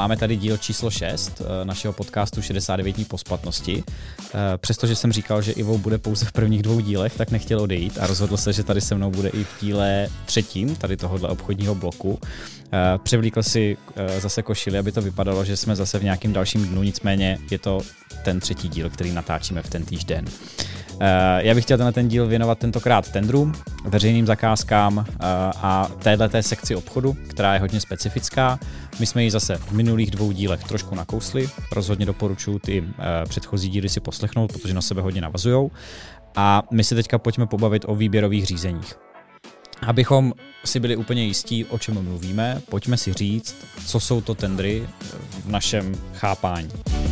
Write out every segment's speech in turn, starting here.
Máme tady díl číslo 6 našeho podcastu 69 dní po splatnosti. Přestože jsem říkal, že Ivo bude pouze v prvních 2 dílech, tak nechtěl odejít a rozhodl se, že tady se mnou bude i v díle 3, tady tohohle obchodního bloku. Převlíkl si zase košili, aby to vypadalo, že jsme zase v nějakém dalším dnu, nicméně je to ten 3. díl, který natáčíme v ten týžden. Já bych chtěl ten díl věnovat tentokrát tendrům, veřejným zakázkám a téhleté sekci obchodu, která je hodně specifická. My jsme ji zase v minulých 2 dílech trošku nakousli, rozhodně doporučuji ty předchozí díly si poslechnout, protože na sebe hodně navazujou. A my si teďka pojďme pobavit o výběrových řízeních. Abychom si byli úplně jistí, o čem mluvíme, pojďme si říct, co jsou to tendry v našem chápání.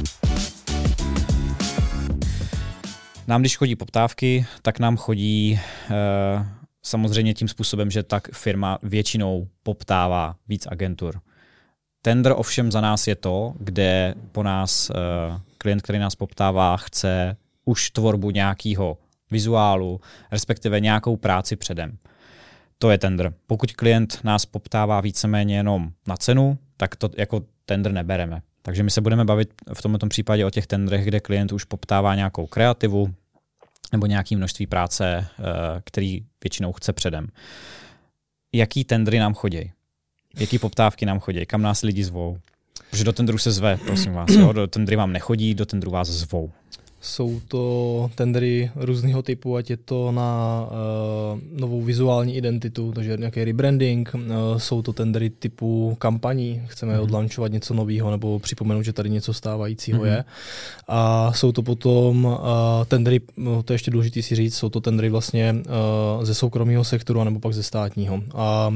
Nám, když chodí poptávky, tak nám chodí samozřejmě tím způsobem, že tak firma většinou poptává víc agentur. Tender ovšem za nás je to, kde po nás klient, který nás poptává, chce už tvorbu nějakého vizuálu, respektive nějakou práci předem. To je tender. Pokud klient nás poptává víceméně jenom na cenu, tak to jako tender nebereme. Takže my se budeme bavit v tomto případě o těch tendrech, kde klient už poptává nějakou kreativu nebo nějaké množství práce, který většinou chce předem. Jaký tendry nám chodí? Jaký poptávky nám chodí? Kam nás lidi zvou? Protože do tendru se zve, prosím vás. Jo? Do tendry vám nechodí, do tendru vás zvou. Jsou to tendry různého typu, ať je to na novou vizuální identitu, takže nějaký rebranding, jsou to tendry typu kampaní, chceme odlančovat něco nového nebo připomenout, že tady něco stávajícího je. A jsou to potom tendry, to je ještě důležité si říct, jsou to tendry vlastně ze soukromého sektoru nebo pak ze státního.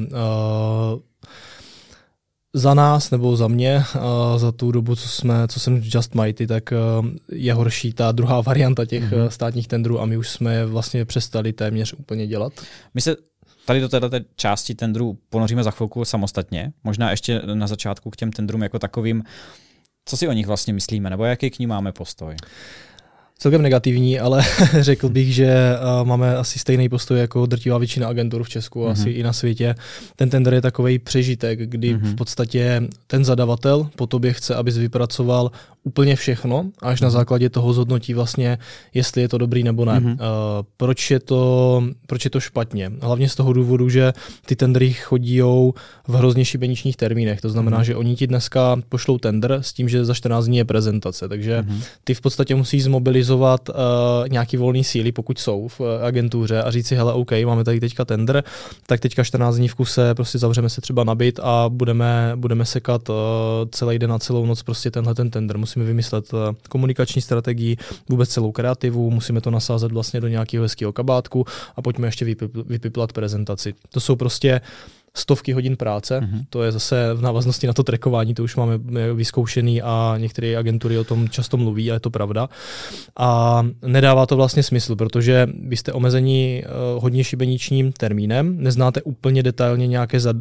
Za nás nebo za mě, za tu dobu, co jsem Just Mighty, tak je horší ta druhá varianta těch státních tendrů a my už jsme vlastně přestali téměř úplně dělat. My se tady do této části tendrů ponoříme za chvilku samostatně. Možná ještě na začátku k těm tendrům jako takovým, co si o nich vlastně myslíme, nebo jaký k ním máme postoj? Celkem negativní, ale řekl bych, že máme asi stejný postoj jako drtivá většina agentur v Česku, asi i na světě. Ten tender je takovej přežitek, kdy v podstatě ten zadavatel po tobě chce, abys vypracoval úplně všechno, až na základě toho zhodnotí vlastně, jestli je to dobrý nebo ne. Proč je to špatně? Hlavně z toho důvodu, že ty tendry chodí v hrozně šibeničních termínech. To znamená, že oni ti dneska pošlou tender s tím, že za 14 dní je prezentace. Takže ty v podstatě musíš zmobilizovat nějaký volný síly, pokud jsou v agentuře a říct si, hele, OK, máme tady teďka tender, tak teďka 14 dní v kuse, prostě zavřeme se třeba na byt a budeme sekat celý den a celou noc prostě tenhle ten tender. Musíme vymyslet komunikační strategii, vůbec celou kreativu, musíme to nasázet vlastně do nějakého hezkého kabátku a pojďme ještě vypiplat prezentaci. To jsou prostě stovky hodin práce, to je zase v návaznosti na to trackování, to už máme vyzkoušený a některé agentury o tom často mluví a je to pravda. A nedává to vlastně smysl, protože vy jste omezení hodně šibeničním termínem, neznáte úplně detailně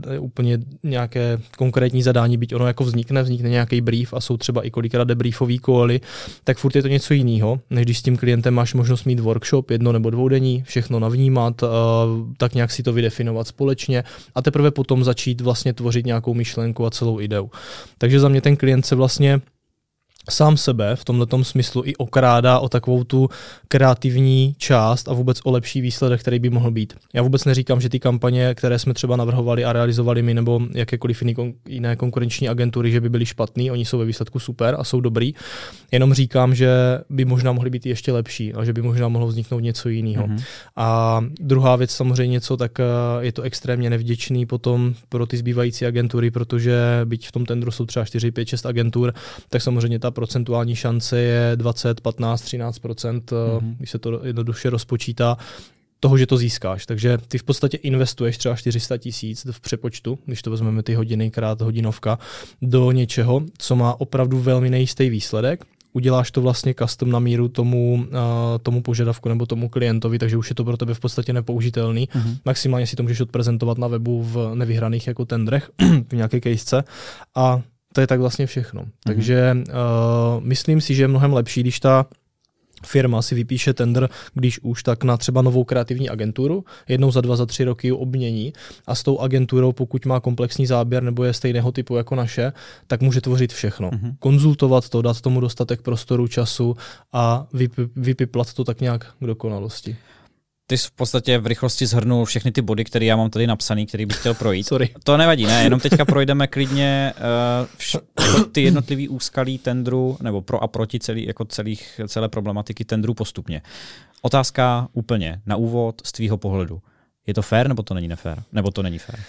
nějaké konkrétní zadání, byť ono jako vznikne nějaký brief a jsou třeba i kolikrát debriefový cally, tak furt je to něco jiného, než když s tím klientem máš možnost mít workshop 1 nebo 2denní, všechno navnímat, tak nějak si to vydefinovat společně a teprve potom začít vlastně tvořit nějakou myšlenku a celou ideu. Takže za mě ten klient se vlastně sám sebe v tomhletom smyslu i okrádá o takovou tu kreativní část a vůbec o lepší výsledek, který by mohl být. Já vůbec neříkám, že ty kampaně, které jsme třeba navrhovali a realizovali my nebo jakékoliv jiné konkurenční agentury, že by byly špatný, oni jsou ve výsledku super a jsou dobrý. Jenom říkám, že by možná mohly být ještě lepší a že by možná mohlo vzniknout něco jiného. A druhá věc samozřejmě tak je to extrémně nevděčný potom pro ty zbývající agentury, protože byť v tom tendru jsou třeba 4, 5, 6 agentur, tak samozřejmě ta procentuální šance je 20, 15, 13%, když se to jednoduše rozpočítá, toho, že to získáš. Takže ty v podstatě investuješ třeba 400 000 v přepočtu, když to vezmeme ty hodiny krát hodinovka, do něčeho, co má opravdu velmi nejistý výsledek. Uděláš to vlastně custom na míru tomu požadavku nebo tomu klientovi, takže už je to pro tebe v podstatě nepoužitelný. Maximálně si to můžeš odprezentovat na webu v nevyhraných jako tendrech, v nějaké kejsce a to je tak vlastně všechno. Takže myslím si, že je mnohem lepší, když ta firma si vypíše tender, když už, tak na třeba novou kreativní agenturu, jednou za 2, za 3 roky ji obmění a s tou agenturou, pokud má komplexní záběr nebo je stejného typu jako naše, tak může tvořit všechno. Konzultovat to, dát tomu dostatek prostoru, času a vypiplat to tak nějak k dokonalosti. Ty jsi v podstatě v rychlosti shrnul všechny ty body, které já mám tady napsaný, který bych chtěl projít. Sorry. To nevadí, ne, jenom teďka projdeme klidně ty jednotlivý úskalí tendru, nebo pro a proti celé problematiky tendru postupně. Otázka úplně na úvod z tvýho pohledu. Je to fair, nebo to není nefér? Nebo to není fair?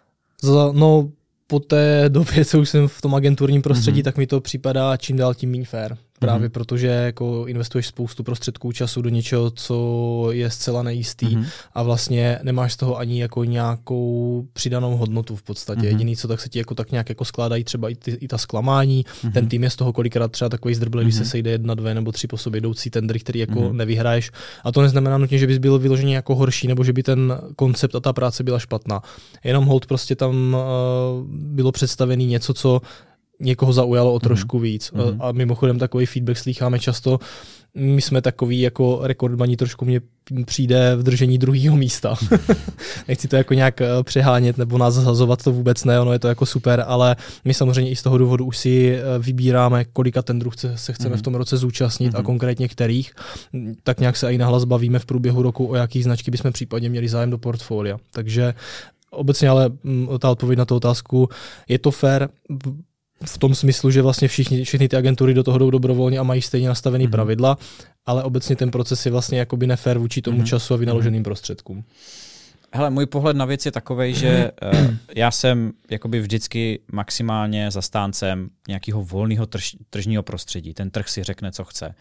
No, po té době, co už jsem v tom agenturním prostředí, tak mi to připadá čím dál tím méně fair. Právě protože jako investuješ spoustu prostředků, času do něčeho, co je zcela nejistý a vlastně nemáš z toho ani jako nějakou přidanou hodnotu v podstatě. Jediný, co tak se ti jako tak nějak jako skládají třeba i ta zklamání. Ten tým je z toho kolikrát třeba takový zdrblý, když se sejde 1, 2 nebo 3 po sobě jdoucí tendry, který jako nevyhraješ. A to neznamená nutně, že bys byl vyloženě jako horší nebo že by ten koncept a ta práce byla špatná. Jenom hold prostě tam bylo představený něco, co někoho zaujalo o trošku víc. A mimochodem takový feedback slýcháme často. My jsme takový jako rekordmani, trošku mně přijde v držení 2. místa. Nechci to jako nějak přehánět nebo nás zahazovat, to vůbec ne, ono je to jako super, ale my samozřejmě i z toho důvodu už si vybíráme, kolika tendrů se chceme v tom roce zúčastnit a konkrétně kterých. Tak nějak se i nahlas bavíme v průběhu roku, o jaký značky bychom případně měli zájem do portfolia. Takže obecně ale ta odpověď na tu otázku, je to fair v tom smyslu, že vlastně všechny ty agentury do toho jdou dobrovolně a mají stejně nastavený pravidla, ale obecně ten proces je vlastně jakoby nefér vůči tomu času a vynaloženým prostředkům. Hele, můj pohled na věc je takovej, že já jsem jakoby vždycky maximálně zastáncem nějakého volného tržního prostředí. Ten trh si řekne, co chce.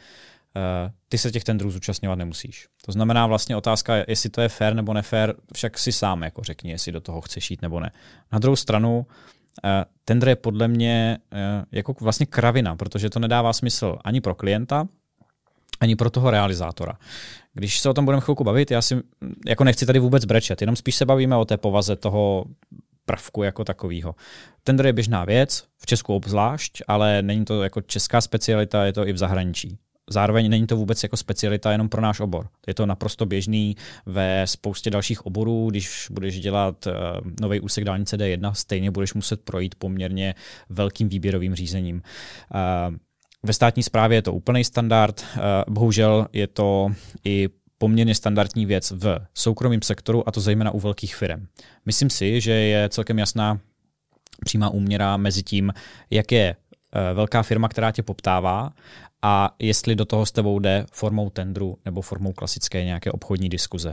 Ty se těch tendrů zúčastňovat nemusíš. To znamená vlastně otázka, jestli to je fair nebo nefér, však si sám jako řekni, jestli do toho chceš jít nebo ne. Na druhou stranu, tender je podle mě jako vlastně kravina, protože to nedává smysl ani pro klienta, ani pro toho realizátora. Když se o tom budeme chvilku bavit, já si jako nechci tady vůbec brečet, jenom spíš se bavíme o té povaze toho prvku jako takového. Tender je běžná věc, v Česku obzvlášť, ale není to jako česká specialita, je to i v zahraničí. Zároveň není to vůbec jako specialita jenom pro náš obor. Je to naprosto běžný ve spoustě dalších oborů. Když budeš dělat nový úsek dálnice D1, stejně budeš muset projít poměrně velkým výběrovým řízením. Ve státní správě je to úplný standard. Bohužel je to i poměrně standardní věc v soukromém sektoru, a to zejména u velkých firm. Myslím si, že je celkem jasná přímá úměra mezi tím, jak je velká firma, která tě poptává, a jestli do toho s tebou jde formou tendru nebo formou klasické nějaké obchodní diskuze.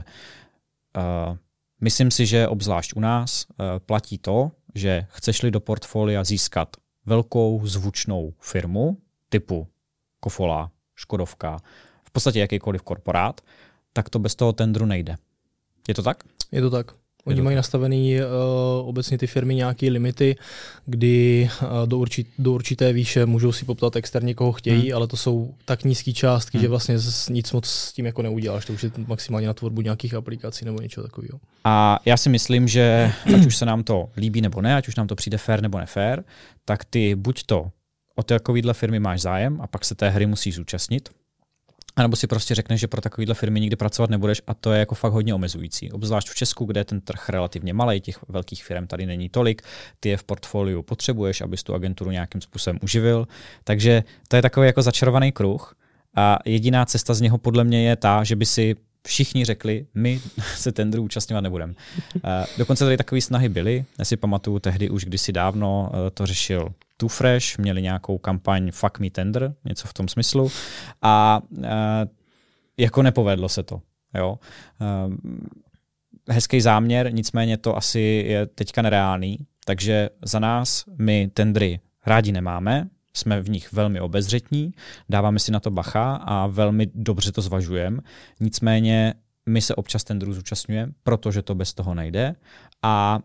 Myslím si, že obzvlášť u nás platí to, že chceš-li do portfolia získat velkou zvučnou firmu typu Kofola, Škodovka, v podstatě jakýkoliv korporát, tak to bez toho tendru nejde. Je to tak? Je to tak. Oni mají nastavený obecně ty firmy nějaké limity, kdy do určité výše můžou si poptat externě, koho chtějí, ale to jsou tak nízké částky, že vlastně nic moc s tím jako neuděláš. To už je maximálně na tvorbu nějakých aplikací nebo něčeho takového. A já si myslím, že ať už se nám to líbí nebo ne, ať už nám to přijde fair nebo nefér, tak ty buď to o takovýhle firmy máš zájem a pak se té hry musíš zúčastnit, anebo si prostě řekneš, že pro takovýhle firmy nikdy pracovat nebudeš, a to je jako fakt hodně omezující. Obzvlášť v Česku, kde je ten trh relativně malej, těch velkých firm tady není tolik, ty je v portfoliu potřebuješ, abys tu agenturu nějakým způsobem uživil. Takže to je takový jako začarovaný kruh a jediná cesta z něho podle mě je ta, že by si všichni řekli, my se tendru účastňovat nebudeme. Dokonce tady takové snahy byly. Já si pamatuju, tehdy už kdysi dávno to řešil Too Fresh, měli nějakou kampaň Fuck Me Tender, něco v tom smyslu. A jako nepovedlo se to. Jo. Hezký záměr, nicméně to asi je teďka nereálný. Takže za nás my tendry rádi nemáme, jsme v nich velmi obezřetní, dáváme si na to bacha a velmi dobře to zvažujeme. Nicméně my se občas tendru zúčastňujeme, protože to bez toho nejde a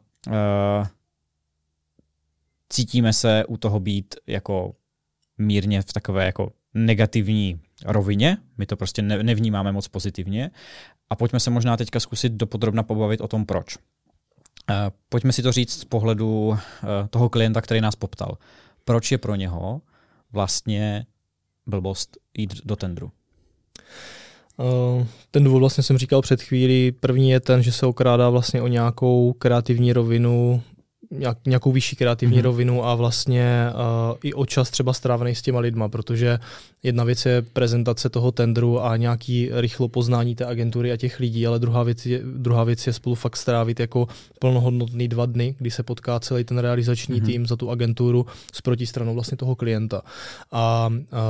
cítíme se u toho být jako mírně v takové jako negativní rovině. My to prostě nevnímáme moc pozitivně. A pojďme se možná teďka zkusit dopodrobna pobavit o tom, proč. Pojďme si to říct z pohledu toho klienta, který nás poptal. Proč je pro něho vlastně blbost jít do tendru? Ten důvod vlastně jsem říkal před chvílí. První je ten, že se okrádá vlastně o nějakou kreativní rovinu, nějakou vyšší kreativní rovinu a vlastně i o čas třeba strávený s těma lidma, protože jedna věc je prezentace toho tendru a nějaký rychlo poznání té agentury a těch lidí, ale druhá věc je spolu fakt strávit jako plnohodnotný 2 dny, kdy se potká celý ten realizační tým za tu agenturu s protistranou vlastně toho klienta. A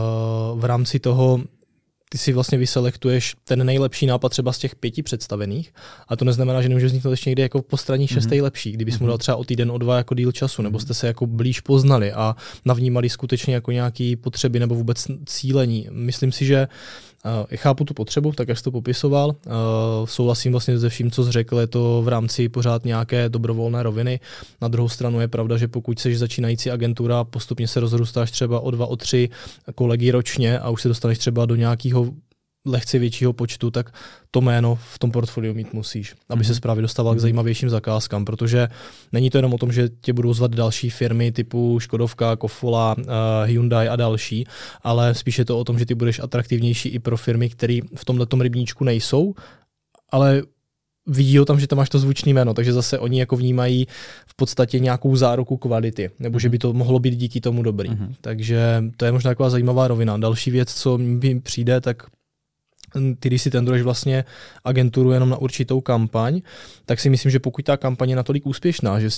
v rámci toho ty si vlastně vyselektuješ ten nejlepší nápad třeba z těch 5 představených a to neznamená, že nemůže vzniknout ještě někdy jako postranní 6. lepší, kdybys mu dal třeba o týden, o 2 jako díl času, nebo jste se jako blíž poznali a navnímali skutečně jako nějaký potřeby nebo vůbec cílení. Myslím si, že chápu tu potřebu, tak jak jsi to popisoval. Souhlasím vlastně se vším, co jsi řekl, je to v rámci pořád nějaké dobrovolné roviny. Na druhou stranu je pravda, že pokud jsi začínající agentura, postupně se rozrůstáš třeba o 2, o 3 kolegy ročně a už se dostaneš třeba do nějakého lehce většího počtu, tak to jméno v tom portfoliu mít musíš, aby se právě dostával k zajímavějším zakázkám, protože není to jenom o tom, že tě budou zvat další firmy typu Škodovka, Kofola, Hyundai a další, ale spíš je to o tom, že ty budeš atraktivnější i pro firmy, které v tomhletom rybníčku nejsou, ale vidí tam, že tam máš to zvučný jméno, takže zase oni jako vnímají v podstatě nějakou záruku kvality, nebo že by to mohlo být díky tomu dobrý. Takže to je možná taková zajímavá rovina. Další věc, co mi přijde, tak ty, když si tendruješ vlastně agenturu jenom na určitou kampaň, tak si myslím, že pokud ta kampaň je natolik úspěšná, že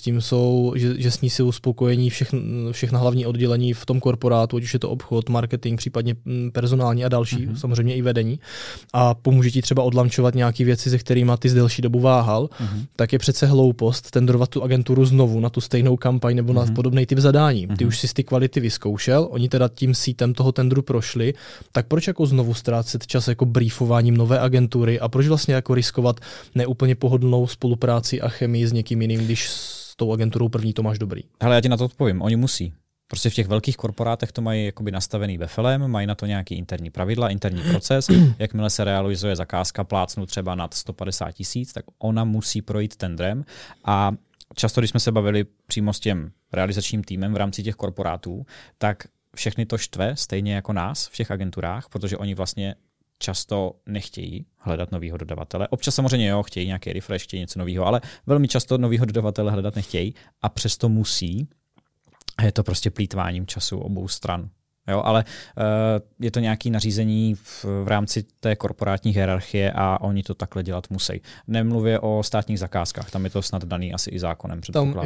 s ní jsou spokojení všechna hlavní oddělení v tom korporátu, ať už je to obchod, marketing, případně personální a další, samozřejmě i vedení, a pomůže ti třeba odlančovat nějaké věci, se kterými ty z delší dobu váhal, tak je přece hloupost tendrovat tu agenturu znovu na tu stejnou kampaň nebo na podobný typ zadání. Ty už si ty kvality vyzkoušel, oni teda tím sítem toho tendru prošli, tak proč jako znovu ztrácet čas jako briefováním nové agentury a proč vlastně jako riskovat neúplně pohodlnou spolupráci a chemii s někým jiným, když s tou agenturou první to máš dobrý? Hele, já ti na to odpovím, oni musí. Prostě v těch velkých korporátech to mají jakoby nastavený vefelem, mají na to nějaký interní pravidla, interní proces. Jakmile se realizuje zakázka plácnu třeba nad 150 000, tak ona musí projít tendrem a často, když jsme se bavili přímo s tím realizačním týmem v rámci těch korporátů, tak všechny to štve, stejně jako nás v těch agenturách, protože oni vlastně často nechtějí hledat novýho dodavatele. Občas samozřejmě chtějí nějaký refresh, chtějí něco nového, ale velmi často novýho dodavatele hledat nechtějí a přesto musí. A je to prostě plýtváním času obou stran. Jo, ale je to nějaké nařízení v rámci té korporátní hierarchie a oni to takhle dělat musí. Nemluvě o státních zakázkách, tam je to snad daný asi i zákonem.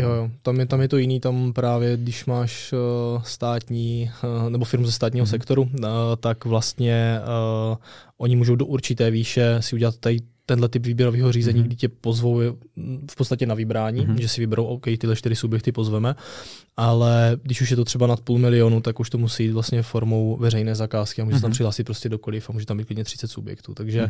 Tam je to jiný, tam právě když máš státní nebo firmu ze státního sektoru, tak vlastně oni můžou do určité výše si udělat tenhle typ výběrového řízení, kdy tě pozvou v podstatě na vybrání, že si vyberou, OK, tyhle 4 subjekty pozveme, ale když už je to třeba nad 500 000, tak už to musí jít vlastně formou veřejné zakázky a může se tam přihlásit prostě dokoliv a může tam být klidně 30 subjektů. Takže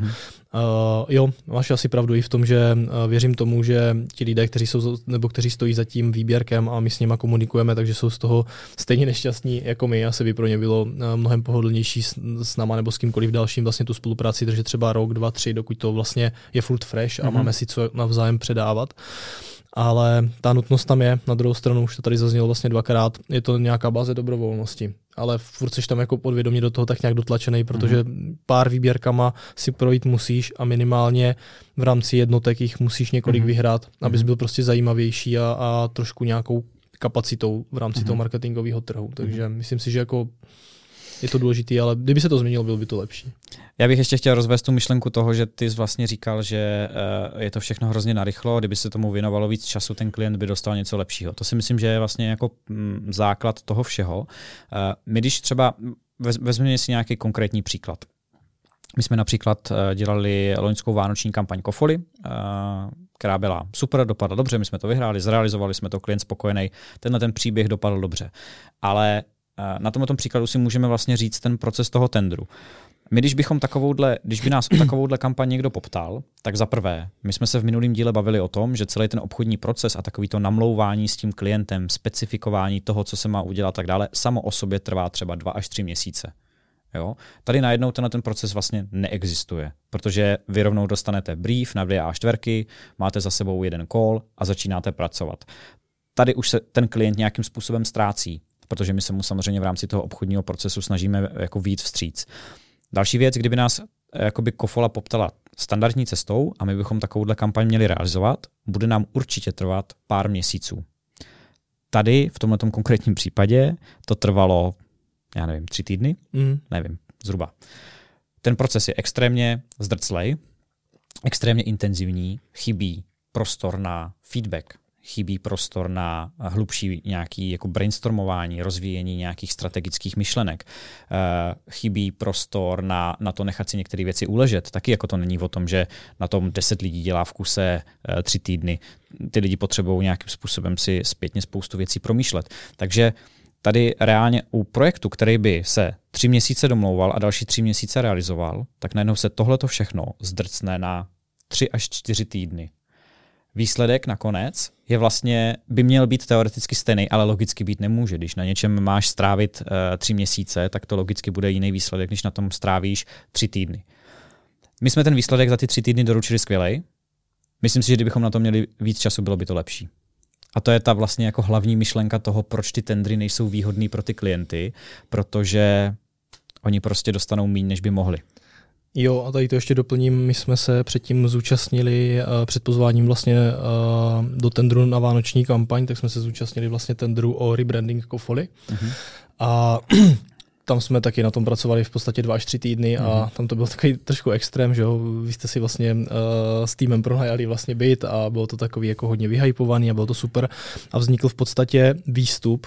máš asi pravdu i v tom, že věřím tomu, že ti lidé, kteří stojí za tím výběrkem a my s nima komunikujeme, takže jsou z toho stejně nešťastní jako my. Asi by pro ně bylo mnohem pohodlnější s náma nebo s kýmkoliv dalším vlastně tu spolupráci držet třeba rok, 2, 3, dokud to vlastně je furt fresh a máme si co navzájem předávat. Ale ta nutnost tam je, na druhou stranu už to tady zaznělo vlastně 2krát, je to nějaká báze dobrovolnosti. Ale furt seš tam jako podvědomě do toho tak nějak dotlačený, protože pár výběrkama si projít musíš a minimálně v rámci jednotek jich musíš několik vyhrát, abys byl prostě zajímavější a trošku nějakou kapacitou v rámci toho marketingového trhu. Takže myslím si, že jako je to důležité, ale kdyby se to změnilo, bylo by to lepší. Já bych ještě chtěl rozvést tu myšlenku toho, že ty jsi vlastně říkal, že je to všechno hrozně narychlo, kdyby se tomu věnovalo víc času, ten klient by dostal něco lepšího. To si myslím, že je vlastně jako základ toho všeho. My když třeba vezmeme si nějaký konkrétní příklad. My jsme například dělali loňskou vánoční kampaň Kofoly, která byla super, dopadla dobře, my jsme to vyhráli, zrealizovali jsme to, klient spokojený, ten příběh dopadl dobře. Ale na tomto příkladu si můžeme vlastně říct ten proces toho tendru. My, když by nás o takovouhle kampaň někdo poptal, tak za prvé, my jsme se v minulém díle bavili o tom, že celý ten obchodní proces a takový to namlouvání s tím klientem, specifikování toho, co se má udělat tak dále, samo o sobě trvá třeba 2 až 3 měsíce. Jo? Tady najednou ten proces vlastně neexistuje, protože vy rovnou dostanete brief na 2 A4, máte za sebou jeden call a začínáte pracovat. Tady už se ten klient nějakým způsobem ztrácí, protože my se mu samozřejmě v rámci toho obchodního procesu snažíme jako vyjít vstříc. Další věc, kdyby nás jakoby Kofola poptala standardní cestou a my bychom takovouhle kampaň měli realizovat, bude nám určitě trvat pár měsíců. Tady v tomhletom konkrétním případě to trvalo, 3 týdny? Nevím, zhruba. Ten proces je extrémně zdrclej, extrémně intenzivní, chybí prostor na feedback, chybí prostor na hlubší nějaký jako brainstormování, rozvíjení nějakých strategických myšlenek, chybí prostor na to nechat si některé věci uležet. Taky jako to není o tom, že na tom 10 lidí dělá v kuse 3 týdny. Ty lidi potřebují nějakým způsobem si zpětně spoustu věcí promýšlet. Takže tady reálně u projektu, který by se 3 měsíce domlouval a další 3 měsíce realizoval, tak najednou se tohleto všechno zdrcne na 3 až 4 týdny. Výsledek nakonec je vlastně, by měl být teoreticky stejný, ale logicky být nemůže. Když na něčem máš strávit 3 měsíce, tak to logicky bude jiný výsledek, když na tom strávíš 3 týdny. My jsme ten výsledek za ty 3 týdny doručili skvělej. Myslím si, že kdybychom na to měli víc času, bylo by to lepší. A to je ta vlastně jako hlavní myšlenka toho, proč ty tendry nejsou výhodný pro ty klienty, protože oni prostě dostanou míň, než by mohli. Jo, a tady to ještě doplním, my jsme se předtím zúčastnili před pozváním vlastně do tendru na vánoční kampaň, tak jsme se zúčastnili vlastně tendru o rebranding Kofoly. A tam jsme taky na tom pracovali v podstatě 2 až 3 týdny a tam to byl takový trošku extrém, že jo, vy jste si vlastně s týmem pronajali vlastně byt a bylo to takový jako hodně vyhypovaný a bylo to super a vznikl v podstatě výstup,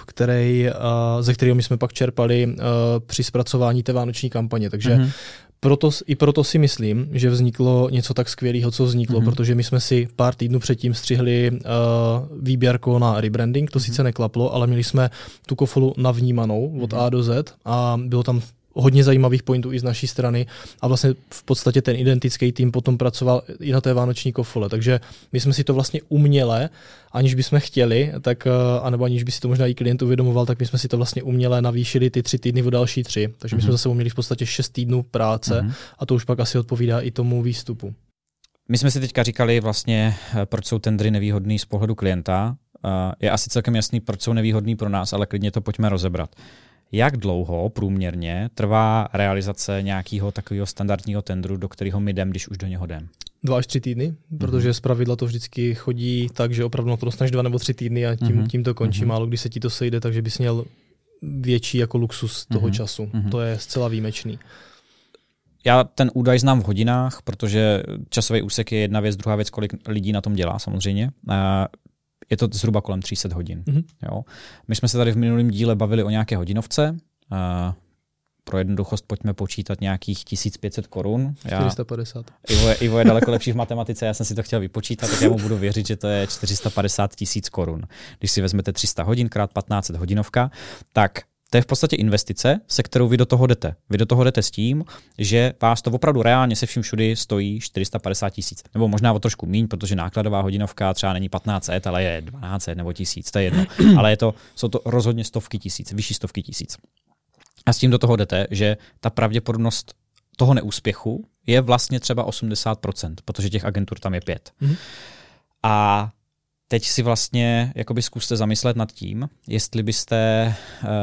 ze kterého my jsme pak čerpali při zpracování té vánoční kampaně, takže proto si myslím, že vzniklo něco tak skvělého, co vzniklo, protože my jsme si pár týdnů předtím střihli výběrko na rebranding, to sice neklaplo, ale měli jsme tu Kofolu navnímanou od A do Z a bylo tam hodně zajímavých pointů i z naší strany a vlastně v podstatě ten identický tým potom pracoval i na té vánoční Kofole, takže my jsme si to vlastně uměle, aniž bychom chtěli, tak, anebo aniž by si to možná i klient uvědomoval, tak my jsme si to vlastně uměle navýšili ty 3 týdny o další 3, takže my jsme zase měli v podstatě 6 týdnů práce a to už pak asi odpovídá i tomu výstupu. My jsme si teďka říkali vlastně, proč jsou tendry nevýhodný z pohledu klienta. Je asi celkem jasný, proč jsou nevýhodný pro nás, ale klidně to pojďme rozebrat. Jak dlouho průměrně trvá realizace nějakého takového standardního tendru, do kterého my jdem, když už do něho jdem? 2 až 3 týdny, protože zpravidla to vždycky chodí tak, že opravdu na to dostaneš 2 nebo 3 týdny a tím to končí. Málo kdy se ti to sejde, takže bys měl větší jako luxus toho času. To je zcela výjimečný. Já ten údaj znám v hodinách, protože časový úsek je jedna věc, druhá věc, kolik lidí na tom dělá samozřejmě. Je to zhruba kolem 300 hodin. Jo. My jsme se tady v minulém díle bavili o nějaké hodinovce. Pro jednoduchost pojďme počítat nějakých 1500 korun. 450. Ivo je daleko lepší v matematice, já jsem si to chtěl vypočítat, tak já mu budu věřit, že to je 450 000 korun. Když si vezmete 300 hodin krát 1500 hodinovka, tak to je v podstatě investice, se kterou vy do toho jdete. Vy do toho jdete s tím, že vás to opravdu reálně se vším všudy stojí 450 000. Nebo možná o trošku míň, protože nákladová hodinovka třeba není 1500, ale je 1200 nebo 1000, to je jedno. Ale jsou to rozhodně stovky tisíc, vyšší stovky tisíc. A s tím do toho jdete, že ta pravděpodobnost toho neúspěchu je vlastně třeba 80%, protože těch agentur tam je 5. A teď si vlastně jakoby zkuste zamyslet nad tím, jestli byste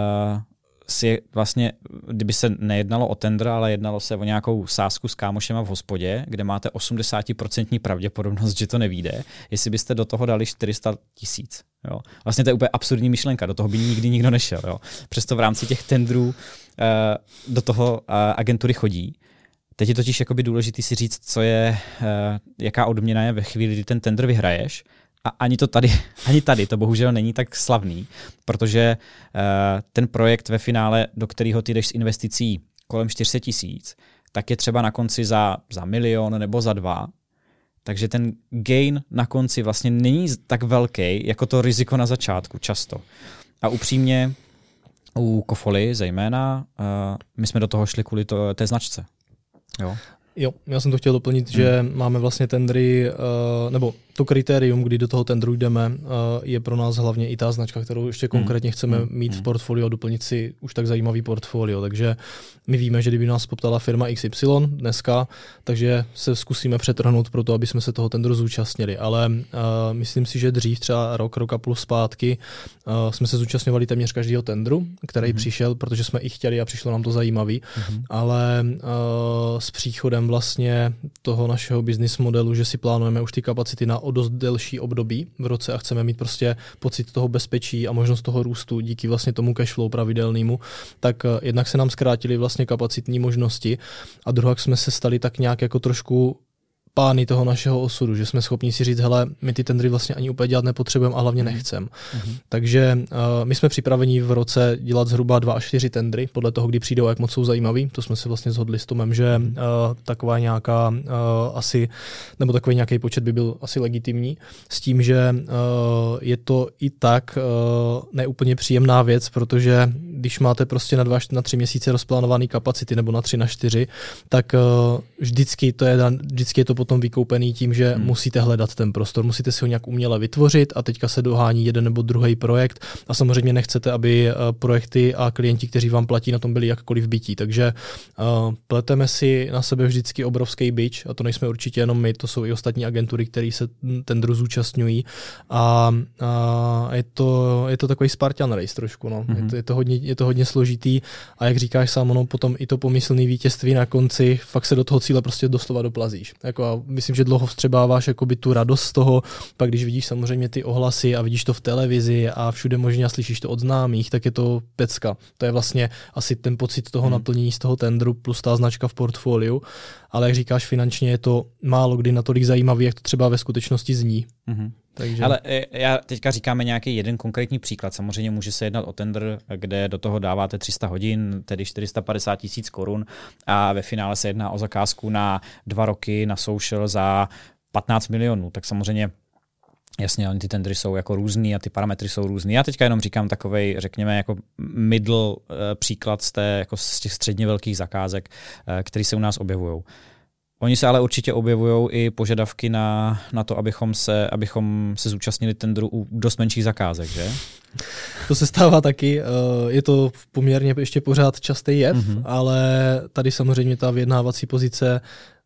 si vlastně, kdyby se nejednalo o tender, ale jednalo se o nějakou sázku s kámošema v hospodě, kde máte 80% pravděpodobnost, že to nevyjde, jestli byste do toho dali 400 000. Jo. Vlastně to je úplně absurdní myšlenka, do toho by nikdy nikdo nešel. Jo. Přesto v rámci těch tendrů do toho agentury chodí. Teď je totiž jakoby důležitý si říct, co je, jaká odměna je ve chvíli, kdy ten tender vyhraješ. A ani tady to bohužel není tak slavný, protože ten projekt ve finále, do kterého ty jdeš s investicí kolem 400 000, tak je třeba na konci za 1 milion nebo za 2. Takže ten gain na konci vlastně není tak velký, jako to riziko na začátku často. A upřímně u Kofoly zejména, my jsme do toho šli kvůli té značce. Jo, já jsem to chtěl doplnit, že máme vlastně tendry, nebo to kritérium, kdy do toho tendru jdeme, je pro nás hlavně i ta značka, kterou ještě konkrétně chceme mít v portfoliu a doplnit si už tak zajímavý portfolio. Takže my víme, že kdyby nás poptala firma XY dneska, takže se zkusíme přetrhnout pro to, aby jsme se toho tendru zúčastnili. Ale myslím si, že dřív, třeba rok a půl zpátky, jsme se zúčastňovali téměř každého tendru, který přišel, protože jsme i chtěli a přišlo nám to zajímavý. Ale s příchodem vlastně toho našeho business modelu, že si plánujeme už ty kapacity na o dost delší období v roce a chceme mít prostě pocit toho bezpečí a možnost toho růstu díky vlastně tomu cashflow pravidelnému, tak jednak se nám zkrátily vlastně kapacitní možnosti a druhak jsme se stali tak nějak jako trošku pány toho našeho osudu, že jsme schopni si říct, hele, my ty tendry vlastně ani úplně dělat nepotřebujeme a hlavně nechcem. Takže my jsme připraveni v roce dělat zhruba 2 až 4 tendry, podle toho, kdy přijdou a jak moc jsou zajímavý. To jsme se vlastně shodli s Tomem, že taková nějaká asi, nebo takový nějaký počet by byl asi legitimní, s tím, že je to i tak neúplně příjemná věc, protože když máte prostě na 2 na 3 měsíce rozplánovaný kapacity nebo na 3 na 4, tak vždycky je to potom vykoupený tím, že musíte hledat ten prostor, musíte si ho nějak uměle vytvořit a teďka se dohání jeden nebo druhý projekt a samozřejmě nechcete, aby projekty a klienti, kteří vám platí, na tom byli jakkoliv bytí. Takže pleteme si na sebe vždycky obrovský bič a to nejsme určitě jenom my, to jsou i ostatní agentury, které se tendru zúčastňují a je to takový Spartan race trošku. No. Je to hodně složitý a jak říkáš sám, ono potom i to pomyslný vítězství na konci, fakt se do toho cíle prostě doslova doplazíš. Jako a myslím, že dlouho vstřebáváš jakoby tu radost z toho, pak když vidíš samozřejmě ty ohlasy a vidíš to v televizi a všude možně a slyšíš to od známých, tak je to pecka. To je vlastně asi ten pocit toho naplnění z toho tendru plus ta značka v portfoliu, ale jak říkáš, finančně je to málo kdy natolik zajímavý, jak to třeba ve skutečnosti zní. Takže... Ale já teďka říkáme nějaký jeden konkrétní příklad. Samozřejmě může se jednat o tender, kde do toho dáváte 300 hodin, tedy 450 000 korun a ve finále se jedná o zakázku na 2 roky na social za 15 milionů. Tak samozřejmě jasně, ty tendry jsou jako různý a ty parametry jsou různý. Já teďka jenom říkám takovej, řekněme, jako middle příklad z těch středně velkých zakázek, které se u nás objevují. Oni se ale určitě objevují i požadavky na to, abychom se zúčastnili tendru u dost menších zakázek, že? To se stává taky, je to poměrně ještě pořád častý jev, ale tady samozřejmě ta vyjednávací pozice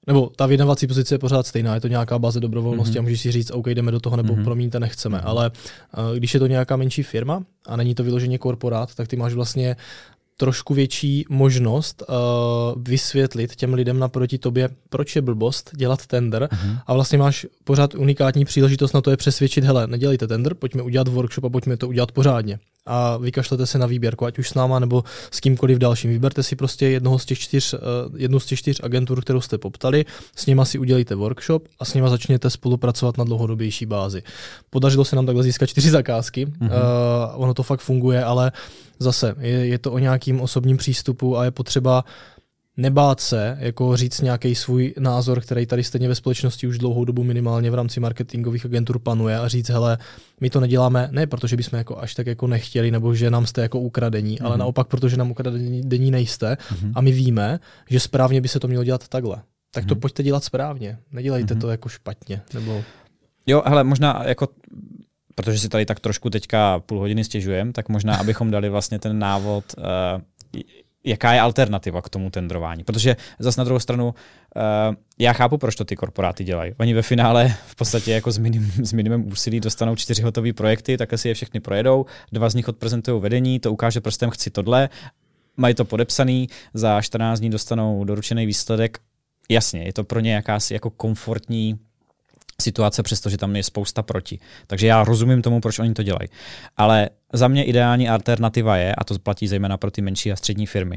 je pořád stejná, je to nějaká báze dobrovolnosti a můžeš si říct, OK, jdeme do toho, nebo promiňte, nechceme. Ale když je to nějaká menší firma a není to vyloženě korporát, tak ty máš vlastně trošku větší možnost vysvětlit těm lidem naproti tobě, proč je blbost dělat tender a vlastně máš pořád unikátní příležitost na to je přesvědčit, hele, nedělejte tender, pojďme udělat workshop a pojďme to udělat pořádně. A vykašlete se na výběrku, ať už s náma nebo s kýmkoliv dalším. Vyberte si prostě jednu z těch 4 agentur, kterou jste poptali, s nima si udělejte workshop a s nima začněte spolupracovat na dlouhodobější bázi. Podařilo se nám takhle získat 4 zakázky, ono to fakt funguje, ale zase je to o nějakým osobním přístupu a je potřeba nebát se jako říct nějaký svůj názor, který tady stejně ve společnosti už dlouhou dobu minimálně v rámci marketingových agentur panuje a říct, hele, my to neděláme ne protože bychom jako až tak jako nechtěli nebo že nám jste jako ukradení, ale naopak protože nám ukradení nejste a my víme, že správně by se to mělo dělat takhle. Tak to pojďte dělat správně, nedělejte to jako špatně. Nebo... Jo, hele, možná jako protože si tady tak trošku teďka půl hodiny stěžujem, tak možná abychom dali vlastně ten návod, jaká je alternativa k tomu tendrování. Protože zase na druhou stranu já chápu, proč to ty korporáty dělají. Oni ve finále v podstatě jako s minimem úsilí dostanou 4 hotové projekty, takhle si je všechny projedou, 2 z nich odprezentují vedení, to ukáže prstem, chci tohle, mají to podepsaný, za 14 dní dostanou doručený výsledek. Jasně, je to pro ně jakási jako komfortní situace, přestože tam je spousta proti. Takže já rozumím tomu, proč oni to dělají. Ale za mě ideální alternativa je, a to platí zejména pro ty menší a střední firmy,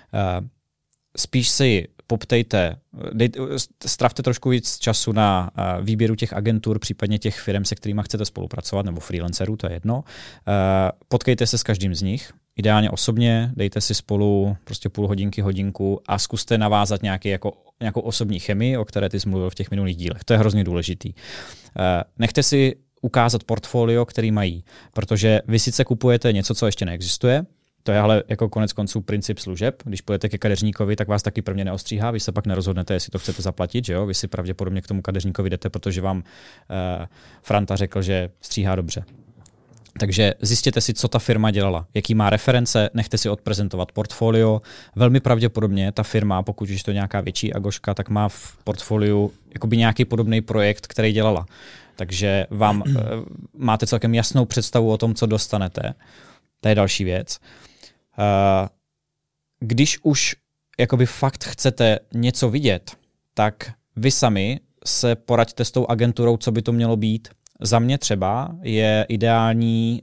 spíš si poptejte, stravte trošku víc času na výběru těch agentur, případně těch firm, se kterými chcete spolupracovat, nebo freelancerů, to je jedno. Potkejte se s každým z nich, ideálně osobně, dejte si spolu prostě půl hodinky, hodinku a zkuste navázat nějakou osobní chemii, o které ty jsi mluvil v těch minulých dílech. To je hrozně důležitý. Nechte si ukázat portfolio, který mají, protože vy sice kupujete něco, co ještě neexistuje, to je ale jako konec konců princip služeb. Když půjdete ke kadeřníkovi, tak vás taky prvně neostříhá, vy se pak nerozhodnete, jestli to chcete zaplatit, že jo? Vy si pravděpodobně k tomu kadeřníkovi jdete, protože vám Franta řekl, že stříhá dobře. Takže zjistěte si, co ta firma dělala, jaký má reference, nechte si odprezentovat portfolio. Velmi pravděpodobně ta firma, pokud už to je nějaká větší agoška, tak má v portfoliu jakoby nějaký podobný projekt, který dělala. Takže vám máte celkem jasnou představu o tom, co dostanete. To je další věc. Když už jakoby fakt chcete něco vidět, tak vy sami se poraďte s tou agenturou, co by to mělo být. Za mě třeba je ideální,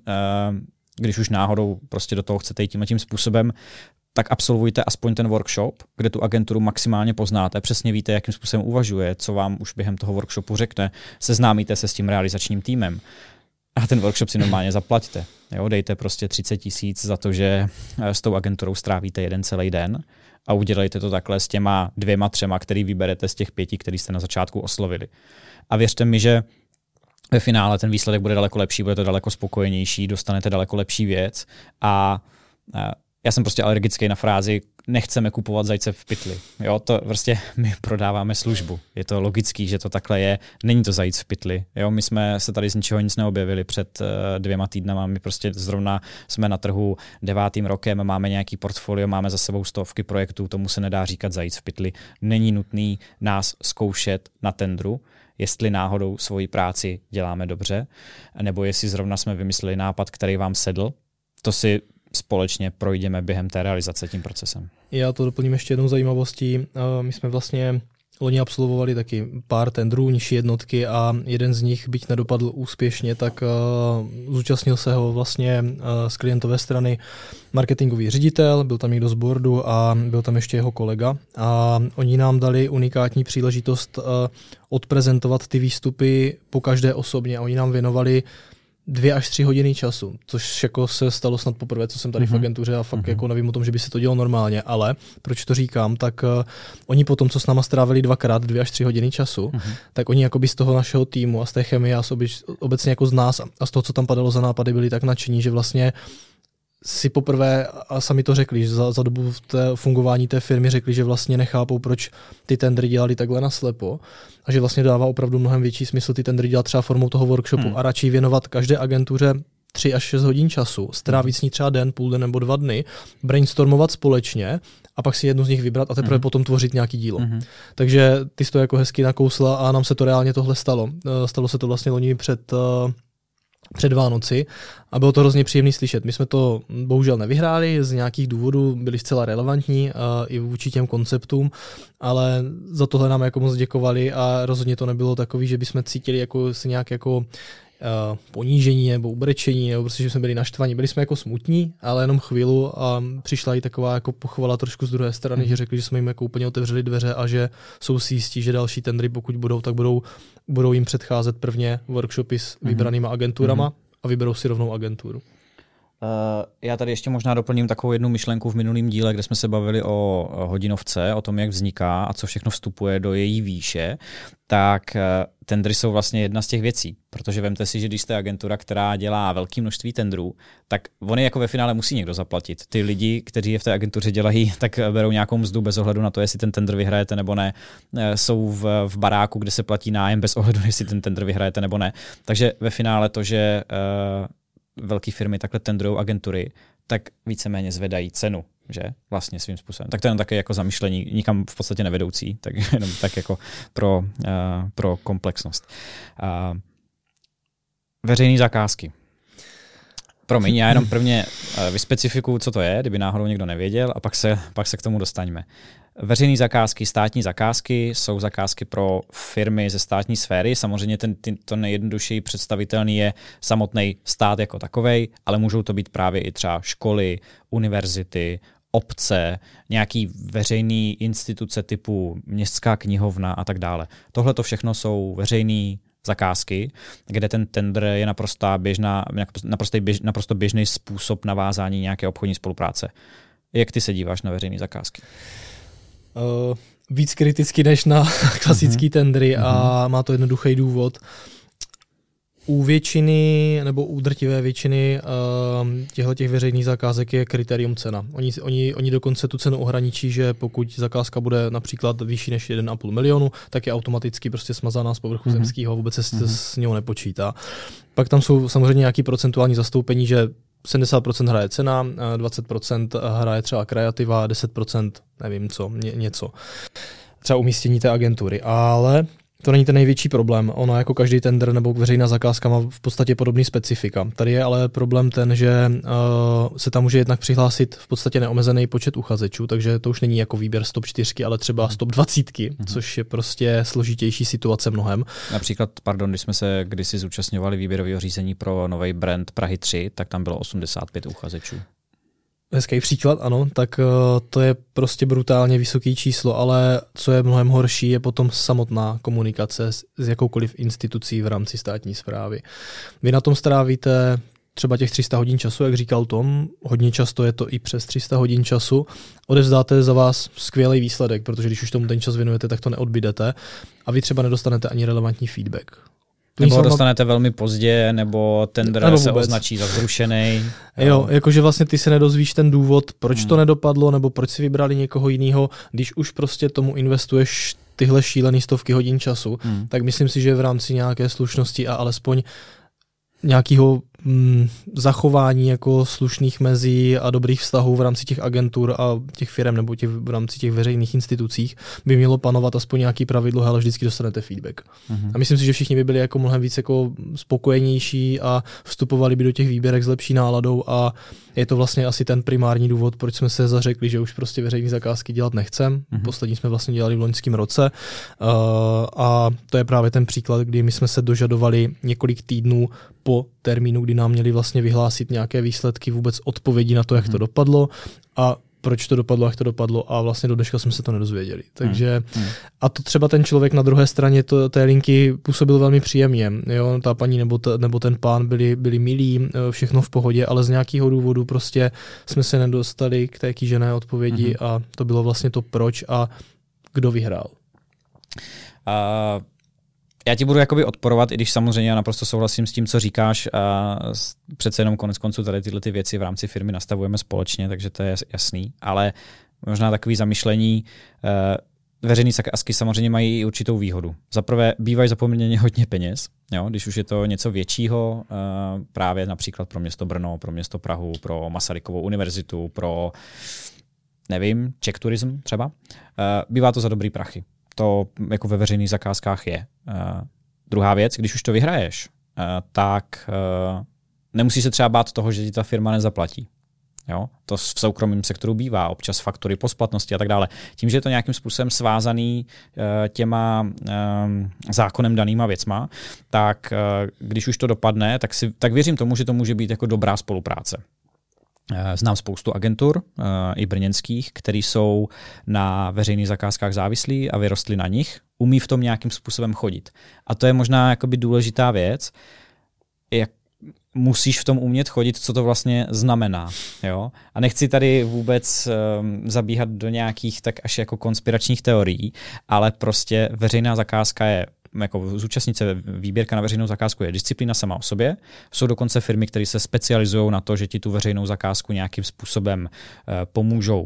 když už náhodou prostě do toho chcete jít tím způsobem, tak absolvujte aspoň ten workshop, kde tu agenturu maximálně poznáte, přesně víte, jakým způsobem uvažuje, co vám už během toho workshopu řekne, seznámíte se s tím realizačním týmem a ten workshop si normálně zaplaťte. Jo, dejte prostě 30 000 za to, že s tou agenturou strávíte jeden celý den a udělejte to takhle s těma 2, 3, který vyberete z těch 5, který jste na začátku oslovili. A věřte mi, že ve finále ten výsledek bude daleko lepší, budete daleko spokojenější, dostanete daleko lepší věc a já jsem prostě alergický na frázi nechceme kupovat zajce v pytli. Jo, to prostě my prodáváme službu. Je to logický, že to takhle je. Není to zajíc v pytli. Jo, my jsme se tady z ničeho nic neobjevili před 2 týdnama. My prostě zrovna jsme na trhu 9. rokem, máme nějaký portfolio, máme za sebou stovky projektů, tomu se nedá říkat zajíc v pytli. Není nutný nás zkoušet na tendru, jestli náhodou svoji práci děláme dobře, nebo jestli zrovna jsme vymysleli nápad, který vám sedl. To si společně projdeme během té realizace tím procesem. Já to doplním ještě jednou zajímavostí. My jsme vlastně loni absolvovali taky pár tendrů, nižší jednotky a jeden z nich, byť nedopadl úspěšně, tak zúčastnil se ho vlastně z klientové strany marketingový ředitel, byl tam někdo z boardu a byl tam ještě jeho kolega a oni nám dali unikátní příležitost odprezentovat ty výstupy po každé osobně a oni nám věnovali 2 až 3 hodiny času, což jako se stalo snad poprvé, co jsem tady v agentuře a fakt jako nevím o tom, že by se to dělo normálně, ale proč to říkám, tak oni potom, co s náma strávili 2x 2 až 3 hodiny času, tak oni jakoby z toho našeho týmu a z té chemie a obecně jako z nás a z toho, co tam padalo za nápady, byli tak nadšení, že vlastně si poprvé, a sami to řekli, že za dobu fungování té firmy řekli, že vlastně nechápou, proč ty tendry dělali takhle naslepo a že vlastně dává opravdu mnohem větší smysl ty tendry dělat třeba formou toho workshopu a radši věnovat každé agentuře 3 až 6 hodin času, strávit s ní třeba den, půl den nebo 2 dny, brainstormovat společně a pak si jednu z nich vybrat a teprve potom tvořit nějaký dílo. Takže ty jsi to jako hezky nakousla a nám se to reálně tohle stalo. Stalo se to vlastně loni před Vánoci a bylo to hrozně příjemný slyšet. My jsme to bohužel nevyhráli z nějakých důvodů, byli zcela relevantní i vůči těm konceptům, ale za tohle nám jako moc děkovali a rozhodně to nebylo takový, že bychom cítili jako se nějak jako ponížení nebo ubrečení, nebo prostě, že jsme byli naštvaní. Byli jsme jako smutní, ale jenom chvíli a přišla i taková jako pochvala trošku z druhé strany, že řekli, že jsme jim jako úplně otevřeli dveře a že jsou si jistí, že další tendry, pokud budou, tak budou jim předcházet prvně workshopy s vybranýma agenturama a vyberou si rovnou agenturu. Já tady ještě možná doplním takovou jednu myšlenku v minulém díle, kde jsme se bavili o hodinovce, o tom, jak vzniká a co všechno vstupuje do její výše, tak tendry jsou vlastně jedna z těch věcí, protože vemte si, že když jste agentura, která dělá velké množství tendrů, tak oni jako ve finále musí někdo zaplatit. Ty lidi, kteří je v té agentuře dělají, tak berou nějakou mzdu bez ohledu na to, jestli ten tendr vyhrajete nebo ne. Jsou v baráku, kde se platí nájem bez ohledu, jestli ten tendr vyhrajete nebo ne. Takže ve finále to, že velké firmy takhle tendrujou agentury, tak víceméně zvedají cenu, že? Vlastně svým způsobem. Tak to je jenom také jako zamyšlení, nikam v podstatě nevedoucí, tak jenom tak jako pro komplexnost. Veřejné zakázky. Promiň, já jenom prvně vyspecifikuju, co to je, kdyby náhodou někdo nevěděl, a pak se k tomu dostaňme. Veřejné zakázky, státní zakázky jsou zakázky pro firmy ze státní sféry. Samozřejmě to nejjednodušší představitelný je samotný stát jako takovej, ale můžou to být právě i třeba školy, univerzity, obce, nějaký veřejný instituce typu městská knihovna a tak dále. Tohle to všechno jsou veřejné zakázky, kde ten tender je naprosto běžný způsob navázání nějaké obchodní spolupráce. Jak ty se díváš na veřejné zakázky? Víc kriticky než na klasický tendry a má to jednoduchý důvod. U většiny nebo u drtivé většiny těch veřejných zakázek je kritérium cena. Oni dokonce tu cenu ohraničí, že pokud zakázka bude například vyšší než 1,5 milionu, tak je automaticky prostě smazaná z povrchu zemského a vůbec se s něho nepočítá. Pak tam jsou samozřejmě nějaký procentuální zastoupení, že 70% hraje cena, 20% hraje třeba kreativa, 10% nevím co, něco. Třeba umístění té agentury. Ale To není ten největší problém. Ono jako každý tender nebo veřejná zakázka má v podstatě podobný specifika. Tady je ale problém ten, že se tam může jednak přihlásit v podstatě neomezený počet uchazečů, takže to už není jako výběr stop 4, ale třeba stop 20, což je prostě složitější situace mnohem. Například, když jsme se kdysi zúčastňovali výběrového řízení pro nový brand Prahy 3, tak tam bylo 85 uchazečů. Hezký příklad, ano, tak to je prostě brutálně vysoký číslo, ale co je mnohem horší, je potom samotná komunikace s jakoukoliv institucí v rámci státní správy. Vy na tom strávíte třeba těch 300 hodin času, jak říkal Tom, hodně často je to i přes 300 hodin času, odevzdáte za vás skvělý výsledek, protože když už tomu ten čas věnujete, tak to neodbydete a vy třeba nedostanete ani relevantní feedback. Nebo ho dostanete velmi pozdě, nebo tender se označí za zrušený. Jo, jakože vlastně ty se nedozvíš ten důvod, proč to nedopadlo, nebo proč si vybrali někoho jiného, když už prostě tomu investuješ tyhle šílený stovky hodin času, tak myslím si, že v rámci nějaké slušnosti a alespoň nějakého zachování jako slušných mezí a dobrých vztahů v rámci těch agentur a těch firm nebo v rámci těch veřejných institucích by mělo panovat aspoň nějaký pravidlo, ale vždycky dostanete feedback. A myslím si, že všichni by byli jako mnohem víc jako spokojenější a vstupovali by do těch výběrek s lepší náladou a je to vlastně asi ten primární důvod, proč jsme se zařekli, že už prostě veřejné zakázky dělat nechceme. Poslední jsme vlastně dělali v loňském roce a to je právě ten příklad, kdy my jsme se dožadovali několik týdnů po termínu, kdy nám měli vlastně vyhlásit nějaké výsledky, vůbec odpovědi na to, jak to dopadlo a proč to dopadlo, jak to dopadlo a vlastně do dneška jsme se to nedozvěděli. Takže a to třeba ten člověk na druhé straně té linky působil velmi příjemně. Jo? Ta paní nebo ten pán byli milí, všechno v pohodě, ale z nějakého důvodu prostě jsme se nedostali k té kýžené odpovědi a to bylo vlastně to proč a kdo vyhrál. Já ti budu jakoby odporovat, i když samozřejmě já naprosto souhlasím s tím, co říkáš. Přece jenom konec konců tady tyhle ty věci v rámci firmy nastavujeme společně, takže to je jasný. Ale možná takové zamyšlení, veřejné zakázky samozřejmě mají i určitou výhodu. Za prvé bývají za poměrně hodně peněz, jo? Když už je to něco většího, právě například pro město Brno, pro město Prahu, pro Masarykovu univerzitu, pro, nevím, Czech Tourism třeba. Bývá to za dobrý prachy. To jako ve veřejných zakázkách je. Druhá věc, když už to vyhraješ, tak nemusíš se třeba bát toho, že ti ta firma nezaplatí. Jo? To v soukromém sektoru bývá, občas faktury po splatnosti a tak dále. Tím, že je to nějakým způsobem svázaný těma zákonem danýma věcma, tak když už to dopadne, tak věřím tomu, že to může být jako dobrá spolupráce. Znám spoustu agentur, i brněnských, které jsou na veřejných zakázkách závislí a vyrostly na nich, umí v tom nějakým způsobem chodit. A to je možná jakoby důležitá věc, jak musíš v tom umět chodit, co to vlastně znamená. Jo? A nechci tady vůbec zabíhat do nějakých tak až jako konspiračních teorií, ale prostě veřejná zakázka je jako zúčastnit se výběrka na veřejnou zakázku je disciplína sama o sobě. Jsou dokonce firmy, které se specializují na to, že ti tu veřejnou zakázku nějakým způsobem pomůžou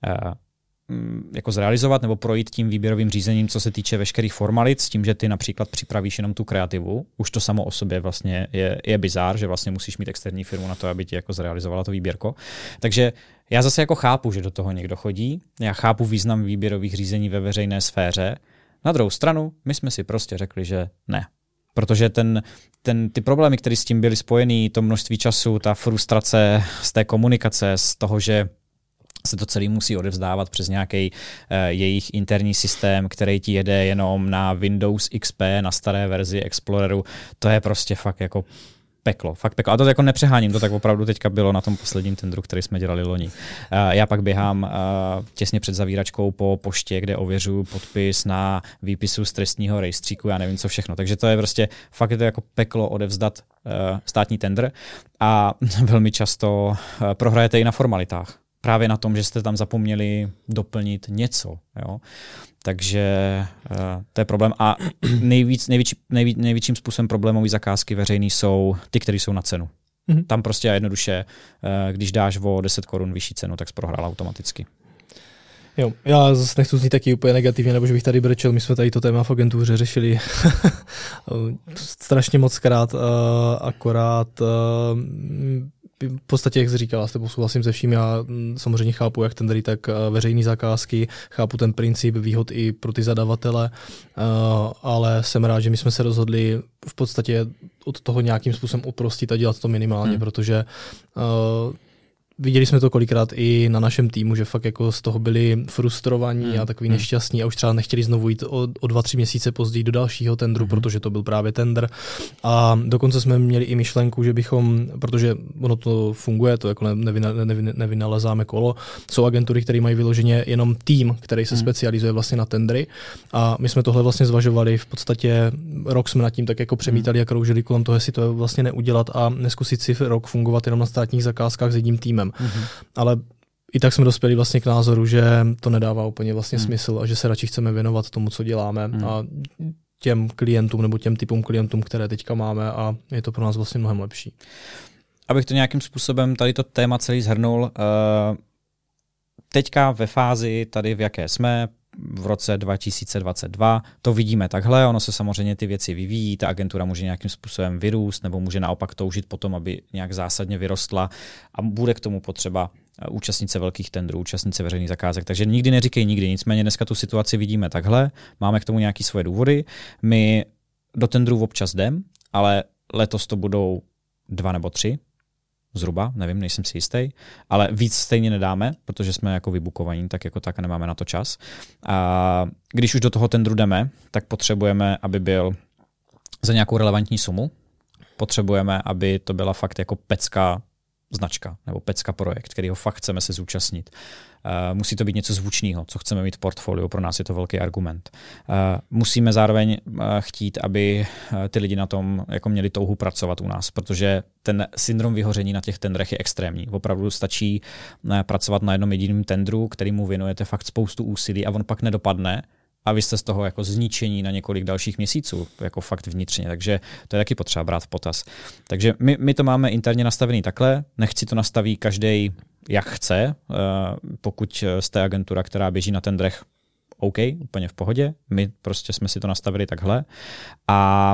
jako zrealizovat nebo projít tím výběrovým řízením, co se týče veškerých formalit, s tím, že ty například připravíš jenom tu kreativu. Už to samo o sobě vlastně je bizár, že vlastně musíš mít externí firmu na to, aby ti jako zrealizovala to výběrko. Takže já zase jako chápu, že do toho někdo chodí. Já chápu význam výběrových řízení ve veřejné sféře. Na druhou stranu, my jsme si prostě řekli, že ne. Protože ty problémy, které s tím byly spojený, to množství času, ta frustrace z té komunikace, z toho, že se to celý musí odevzdávat přes nějaký jejich interní systém, který ti jede jenom na Windows XP, na staré verzi Exploreru, to je prostě fakt jako peklo, fakt peklo. A to jako nepřeháním, to tak opravdu teďka bylo na tom posledním tendru, který jsme dělali loni. Já pak běhám těsně před zavíračkou po poště, kde ověřuju podpis na výpisu z trestního rejstříku, já nevím co všechno. Takže to je prostě fakt je to jako peklo odevzdat státní tendr a velmi často prohrajete i na formalitách. Právě na tom, že jste tam zapomněli doplnit něco. Jo? Takže to je problém. A největším způsobem problémové zakázky veřejný jsou ty, které jsou na cenu. Tam prostě a jednoduše, když dáš o 10 korun vyšší cenu, tak jsi prohrál automaticky. Jo, já zase nechci znít taky úplně negativně, nebo že bych tady brečel, my jsme tady to téma v agentuře řešili strašně moc krát, akorát v podstatě, jak jsi říkal, s tebou souhlasím se vším, já samozřejmě chápu jak tendry, tak veřejné zakázky, chápu ten princip výhod i pro ty zadavatele, ale jsem rád, že my jsme se rozhodli v podstatě od toho nějakým způsobem uprostit a dělat to minimálně, protože viděli jsme to kolikrát i na našem týmu, že fakt jako z toho byli frustrovaní a takový nešťastní a už třeba nechtěli znovu jít o 2-3 měsíce později do dalšího tendru, protože to byl právě tender. A dokonce jsme měli i myšlenku, že bychom, protože ono to funguje, to jako nevynalezáme kolo, jsou agentury, které mají vyloženě jenom tým, který se specializuje vlastně na tendry. A my jsme tohle vlastně zvažovali, v podstatě rok jsme nad tím tak jako přemítali a kroužili kolem toho, jestli to vlastně neudělat a neskusit si rok fungovat jenom na státních zakázkách s jedním týmem. Ale i tak jsme dospěli vlastně k názoru, že to nedává úplně vlastně smysl a že se radši chceme věnovat tomu, co děláme a těm klientům nebo těm typům klientům, které teďka máme a je to pro nás vlastně mnohem lepší. Abych to nějakým způsobem tady to téma celý shrnul, teďka ve fázi tady, v jaké jsme, v roce 2022, to vidíme takhle, ono se samozřejmě ty věci vyvíjí, ta agentura může nějakým způsobem vyrůst nebo může naopak toužit potom, aby nějak zásadně vyrostla a bude k tomu potřeba účastnice velkých tendrů, účastnice veřejných zakázek, takže nikdy neříkej nikdy, nicméně dneska tu situaci vidíme takhle, máme k tomu nějaké svoje důvody, my do tendrů občas jdem, ale letos to budou 2 nebo 3, zhruba, nevím, nejsem si jistý, ale víc stejně nedáme, protože jsme jako vybukovaní, tak jako tak nemáme na to čas. A když už do toho tendru jdeme, tak potřebujeme, aby byl za nějakou relevantní sumu. Potřebujeme, aby to byla fakt jako pecka značka nebo pecka projekt, kterýho fakt chceme se zúčastnit. Musí to být něco zvučného, co chceme mít v portfoliu, pro nás je to velký argument. Musíme zároveň chtít, aby ty lidi na tom jako měli touhu pracovat u nás, protože ten syndrom vyhoření na těch tendrech je extrémní. Opravdu stačí pracovat na jednom jediném tendru, kterýmu věnujete fakt spoustu úsilí a on pak nedopadne a vy jste z toho jako zničení na několik dalších měsíců, jako fakt vnitřně, takže to je taky potřeba brát v potaz. Takže my to máme interně nastavený takhle, nechci to nastaví každý jak chce, pokud jste agentura, která běží na tendrech, OK, úplně v pohodě, my prostě jsme si to nastavili takhle a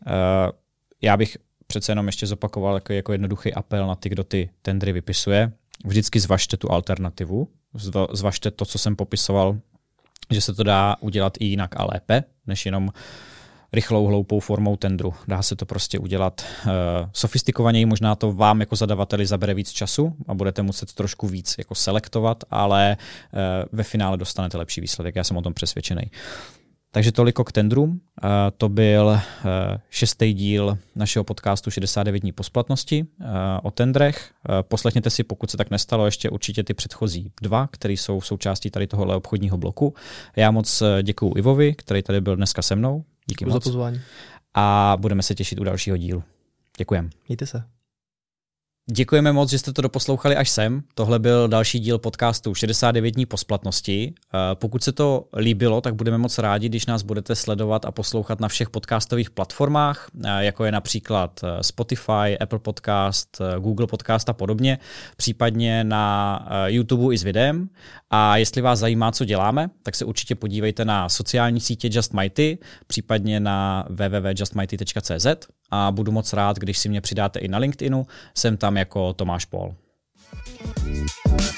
já bych přece jenom ještě zopakoval jako jednoduchý apel na ty, kdo ty tendry vypisuje, vždycky zvažte tu alternativu, zvažte to, co jsem popisoval, že se to dá udělat i jinak a lépe, než jenom rychlou, hloupou formou tendru. Dá se to prostě udělat sofistikovaněji, možná to vám jako zadavateli zabere víc času a budete muset trošku víc jako selektovat, ale ve finále dostanete lepší výsledek, já jsem o tom přesvědčený. Takže toliko k tendrům. To byl 6. díl našeho podcastu 69 dní po splatnosti o tendrech. Poslechněte si, pokud se tak nestalo, ještě určitě ty předchozí 2, které jsou součástí tady tohohle obchodního bloku. Já moc děkuju Ivovi, který tady byl dneska se mnou. Díky moc za pozvání. A budeme se těšit u dalšího dílu. Děkujem. Mějte se. Děkujeme moc, že jste to doposlouchali až sem. Tohle byl další díl podcastu 69 dní po splatnosti. Pokud se to líbilo, tak budeme moc rádi, když nás budete sledovat a poslouchat na všech podcastových platformách, jako je například Spotify, Apple Podcast, Google Podcast a podobně, případně na YouTube i s videem. A jestli vás zajímá, co děláme, tak se určitě podívejte na sociální sítě Just Mighty, případně na www.justmighty.cz a budu moc rád, když si mě přidáte i na LinkedInu, jsem tam jako Tomáš Pól.